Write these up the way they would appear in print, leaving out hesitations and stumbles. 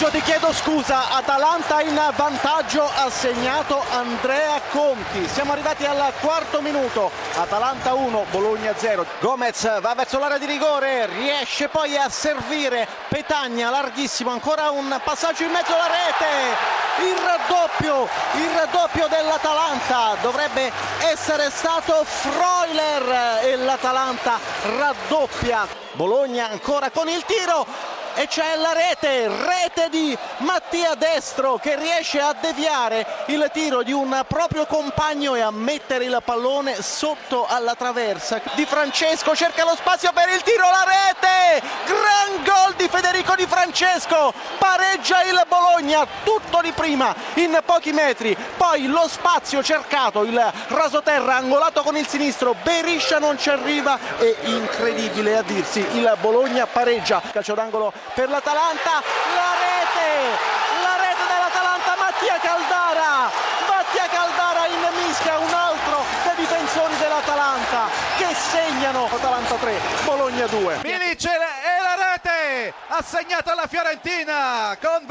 pareggio, ti chiedo scusa. Atalanta in vantaggio, ha segnato Andrea Conti. Siamo arrivati al quarto minuto. Atalanta 1, Bologna 0. Gomez va verso l'area di rigore, riesce poi a servire Petagna, larghissimo, ancora un passaggio in mezzo alla rete. Il raddoppio dell'Atalanta, dovrebbe essere stato Freuler e l'Atalanta raddoppia. Bologna ancora con il tiro e c'è la rete di Mattia Destro che riesce a deviare il tiro di un proprio compagno e a mettere il pallone sotto alla traversa. Di Francesco cerca lo spazio per il tiro, la rete, gran gol di Federico Di Francesco, pareggia il Bologna, tutto di prima in pochi metri, poi lo spazio cercato, il rasoterra angolato con il sinistro, Beriscia non ci arriva e incredibile a dirsi il Bologna pareggia. Calcio d'angolo per l'Atalanta, la rete dell'Atalanta, Mattia Caldara in mischia, un altro dei difensori dell'Atalanta che segnano. Atalanta 3, Bologna 2. Milic e la rete ha segnato la Fiorentina con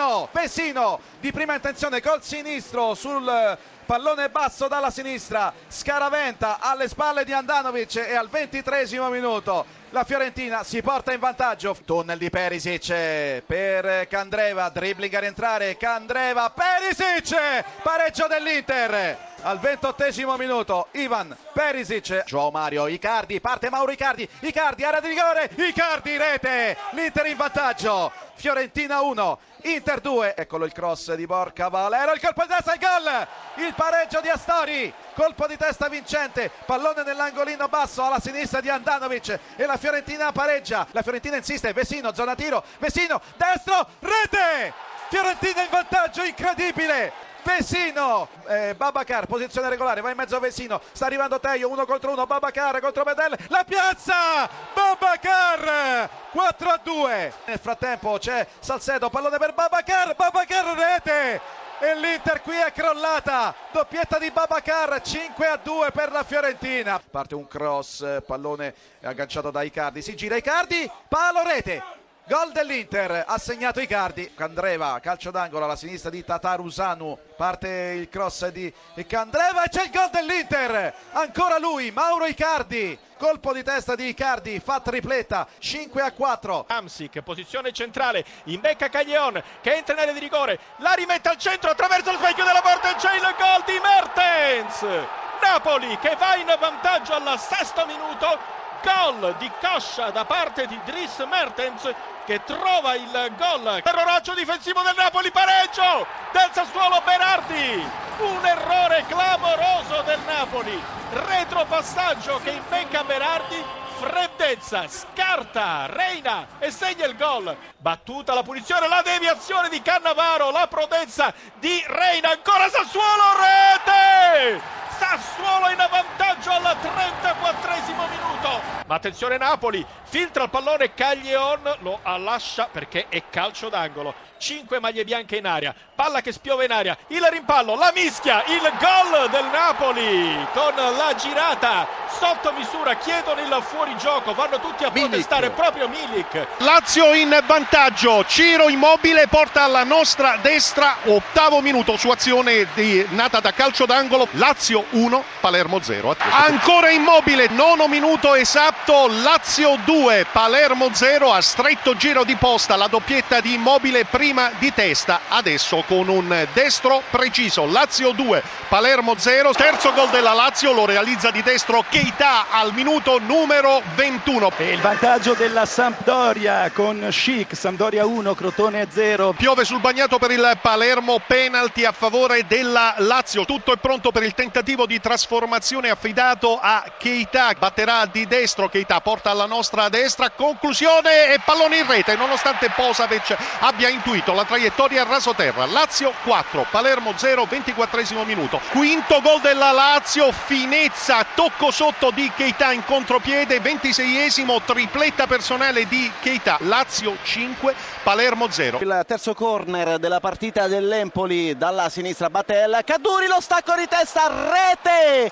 Vesino di prima intenzione col sinistro sul pallone basso dalla sinistra, Scaraventa alle spalle di Andanovic e al 23esimo minuto la Fiorentina si porta in vantaggio. Tunnel di Perisic per Candreva, dribbling a rientrare, Candreva, Perisic, pareggio dell'Inter. Al 28esimo minuto Ivan Perisic, Joao Mario, Icardi, parte Mauro Icardi, area di rigore, Icardi, rete, l'Inter in vantaggio, Fiorentina 1, Inter 2, eccolo il cross di Borca Valero, il colpo di testa, il gol, il pareggio di Astori, colpo di testa vincente, pallone nell'angolino basso alla sinistra di Andanovic e la Fiorentina pareggia, la Fiorentina insiste, Vesino, zona tiro, Vesino, destro, rete, Fiorentina in vantaggio, incredibile. Vesino, Babacar, posizione regolare, va in mezzo a Vesino, sta arrivando Teio, 1 contro 1, Babacar contro Bedel, la piazza, Babacar, 4-2. Nel frattempo c'è Salcedo, pallone per Babacar, rete, e l'Inter qui è crollata, doppietta di Babacar, 5-2 per la Fiorentina. Parte un cross, pallone agganciato da Icardi, si gira Icardi, palo, rete. Gol dell'Inter, ha segnato Icardi, Candreva, calcio d'angolo alla sinistra di Tatarusanu, parte il cross di Candreva e c'è il gol dell'Inter, ancora lui, Mauro Icardi, colpo di testa di Icardi, fa tripletta, 5-4. Hamsik, posizione centrale, imbecca Caglion che entra in area di rigore, la rimette al centro attraverso il specchio della porta e c'è il gol di Mertens, Napoli che va in vantaggio al 6° minuto, gol di Coscia da parte di Dries Mertens che trova il gol, terroraccio difensivo del Napoli, pareggio del Sassuolo, Berardi, un errore clamoroso del Napoli, retropassaggio che imbecca Berardi, freddezza, scarta Reina e segna il gol, battuta la punizione, la deviazione di Cannavaro, la prodezza di Reina, ancora Sassuolo, rete! Sassuolo in vantaggio al 34esimo minuto, ma attenzione Napoli, filtra il pallone Caglion, lo lascia perché è calcio d'angolo, 5 maglie bianche in aria, palla che spiove in aria, il rimpallo, la mischia, il gol del Napoli con la girata sotto misura, chiedono il fuorigioco, vanno tutti a protestare, proprio Milik. Lazio in vantaggio, Ciro Immobile porta alla nostra destra, 8° minuto su azione nata da calcio d'angolo, Lazio 1, Palermo 0. Ancora Immobile, 9° minuto esatto, Lazio 2, Palermo 0, a stretto giro di posta la doppietta di Immobile prima di testa, adesso con un destro preciso, Lazio 2, Palermo 0, terzo gol della Lazio, lo realizza di destro Keita al minuto numero 21. E il vantaggio della Sampdoria con Schick, Sampdoria 1, Crotone 0. Piove sul bagnato per il Palermo, penalty a favore della Lazio, tutto è pronto per il tentativo di trasformazione affidato a Keita, batterà di destro, Keita porta alla nostra destra, conclusione e pallone in rete, nonostante Posavic abbia intuito la traiettoria rasoterra. Lazio 4, Palermo 0, 24esimo minuto, quinto gol della Lazio, finezza, tocco sotto di Keita in contropiede, 26esimo, tripletta personale di Keita, Lazio 5, Palermo 0. Il terzo corner della partita dell'Empoli, dalla sinistra batte il Caduri, lo stacco di testa, rete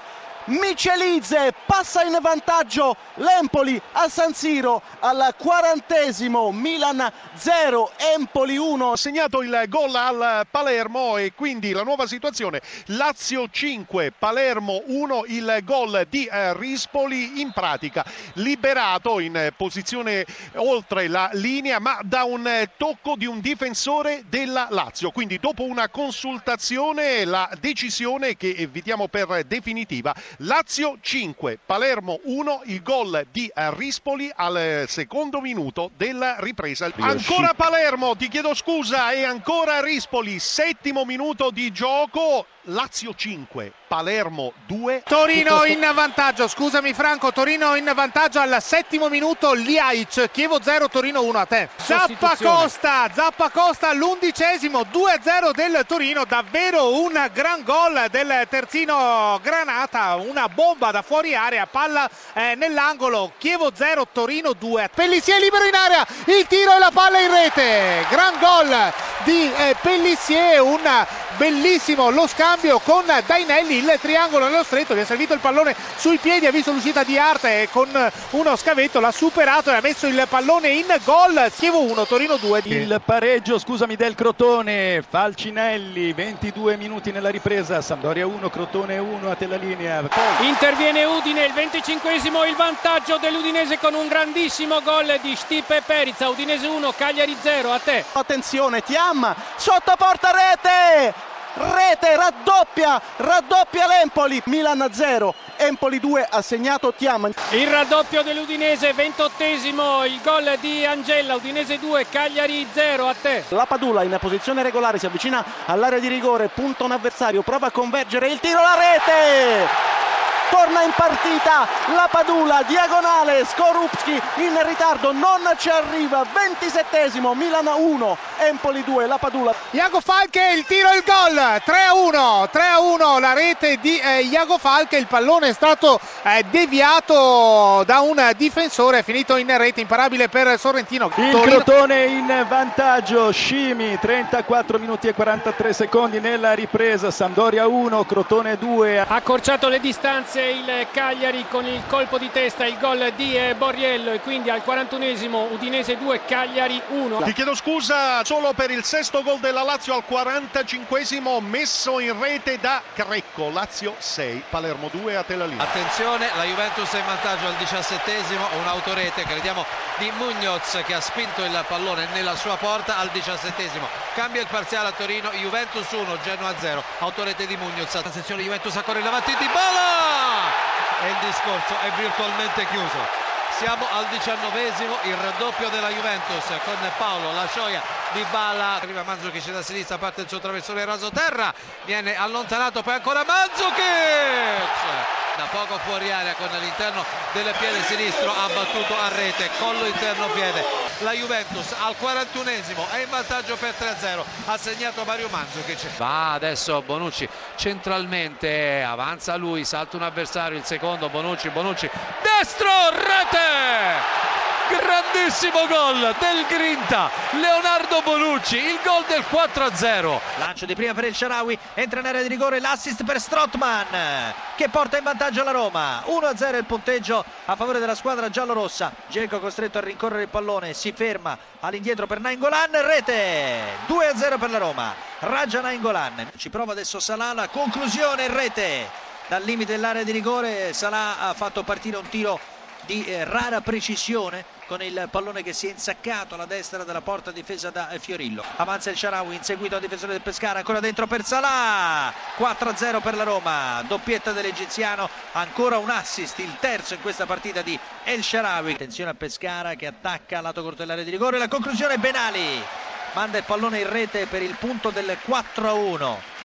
Michelidze, passa in vantaggio l'Empoli a San Siro al 40esimo, Milan 0, Empoli 1. Ha segnato il gol al Palermo e quindi la nuova situazione: Lazio 5, Palermo 1, il gol di Rispoli, in pratica liberato in posizione oltre la linea ma da un tocco di un difensore della Lazio. Quindi dopo una consultazione la decisione che vediamo per definitiva: Lazio 5, Palermo 1, il gol di Rispoli al secondo minuto della ripresa. Ancora Palermo, ti chiedo scusa, e ancora Rispoli, settimo minuto di gioco. Lazio 5, Palermo 2. Torino in vantaggio, scusami Franco, Torino in vantaggio al settimo minuto, Liaic, Chievo 0, Torino 1, a te. Zappacosta all'11esimo, 2-0 del Torino, davvero un gran gol del terzino granata, una bomba da fuori area, palla nell'angolo, Chievo 0, Torino 2. Pellissier libero in area, il tiro e la palla in rete, gran gol di Pellissier, un bellissimo lo scambio con Dainelli, il triangolo nello stretto, gli ha servito il pallone sui piedi, ha visto l'uscita di Arte e con uno scavetto l'ha superato e ha messo il pallone in gol. Chievo 1, Torino 2. Il pareggio, scusami, del Crotone, Falcinelli, 22 minuti nella ripresa, Sampdoria 1, Crotone 1, a te la linea. Interviene Udine, il 25esimo, il vantaggio dell'Udinese con un grandissimo gol di Stipe Perica. Udinese 1, Cagliari 0, a te. Attenzione, Thiam, sotto porta, rete, raddoppia l'Empoli, Milan 0, Empoli 2, ha segnato Thiam. Il raddoppio dell'Udinese, 28esimo, il gol di Angella, Udinese 2, Cagliari 0, a te. La Padula in posizione regolare si avvicina all'area di rigore, punta un avversario, prova a convergere, il tiro, la rete! Torna in partita la Padula, diagonale, Skorupski in ritardo, non ci arriva, 27esimo, Milan 1, Empoli 2, la Padula. Iago Falche, il tiro e il gol, 3-1, la rete di Iago Falche, il pallone è stato deviato da un difensore, è finito in rete, imparabile per Sorrentino. Il Crotone in vantaggio, Scimi, 34 minuti e 43 secondi nella ripresa, Sampdoria 1, Crotone 2. Ha accorciato le distanze il Cagliari con il colpo di testa, il gol di Borriello, e quindi al 41esimo Udinese 2, Cagliari 1. Ti chiedo scusa solo per il sesto gol della Lazio al 45esimo, messo in rete da Crecco. Lazio 6, Palermo 2, a te la linea. Attenzione, la Juventus è in vantaggio al 17esimo, un'autorete, crediamo, di Muñoz, che ha spinto il pallone nella sua porta al 17esimo. Cambia il parziale a Torino, Juventus 1, Genoa 0, autorete di Muñoz. Attenzione, Juventus a correre avanti, Dybala! E il discorso è virtualmente chiuso. Siamo al 19esimo, il raddoppio della Juventus con Paolo, la Scioia, Dybala, arriva Mandzukic da sinistra, parte il suo traversone rasoterra, viene allontanato, poi ancora Mandzukic, da poco fuori area con l'interno del piede sinistro, ha battuto a rete, collo interno piede. La Juventus al 41esimo è in vantaggio per 3-0, ha segnato Mario Mandzukic. Va adesso Bonucci centralmente, avanza lui, salta un avversario, il secondo Bonucci, destro, rete! Grandissimo gol del Grinta, Leonardo Bonucci, il gol del 4-0. Lancio di prima per il Shaarawy, entra in area di rigore, l'assist per Strootman che porta in vantaggio la Roma. 1-0 il punteggio a favore della squadra giallorossa. Dzeko costretto a rincorrere il pallone, si ferma all'indietro per Nainggolan, rete, 2-0 per la Roma. Raja Nainggolan, ci prova adesso Salah, la conclusione, rete dal limite dell'area di rigore. Salah ha fatto partire un tiro di rara precisione con il pallone che si è insaccato alla destra della porta difesa da Fiorillo. Avanza il Shaarawy, inseguito al difensore del Pescara, ancora dentro per Salah, 4-0 per la Roma, doppietta dell'egiziano, ancora un assist, il terzo in questa partita di El Shaarawy. Attenzione a Pescara che attacca lato corto dell'area di rigore, la conclusione Benali manda il pallone in rete per il punto del 4-1.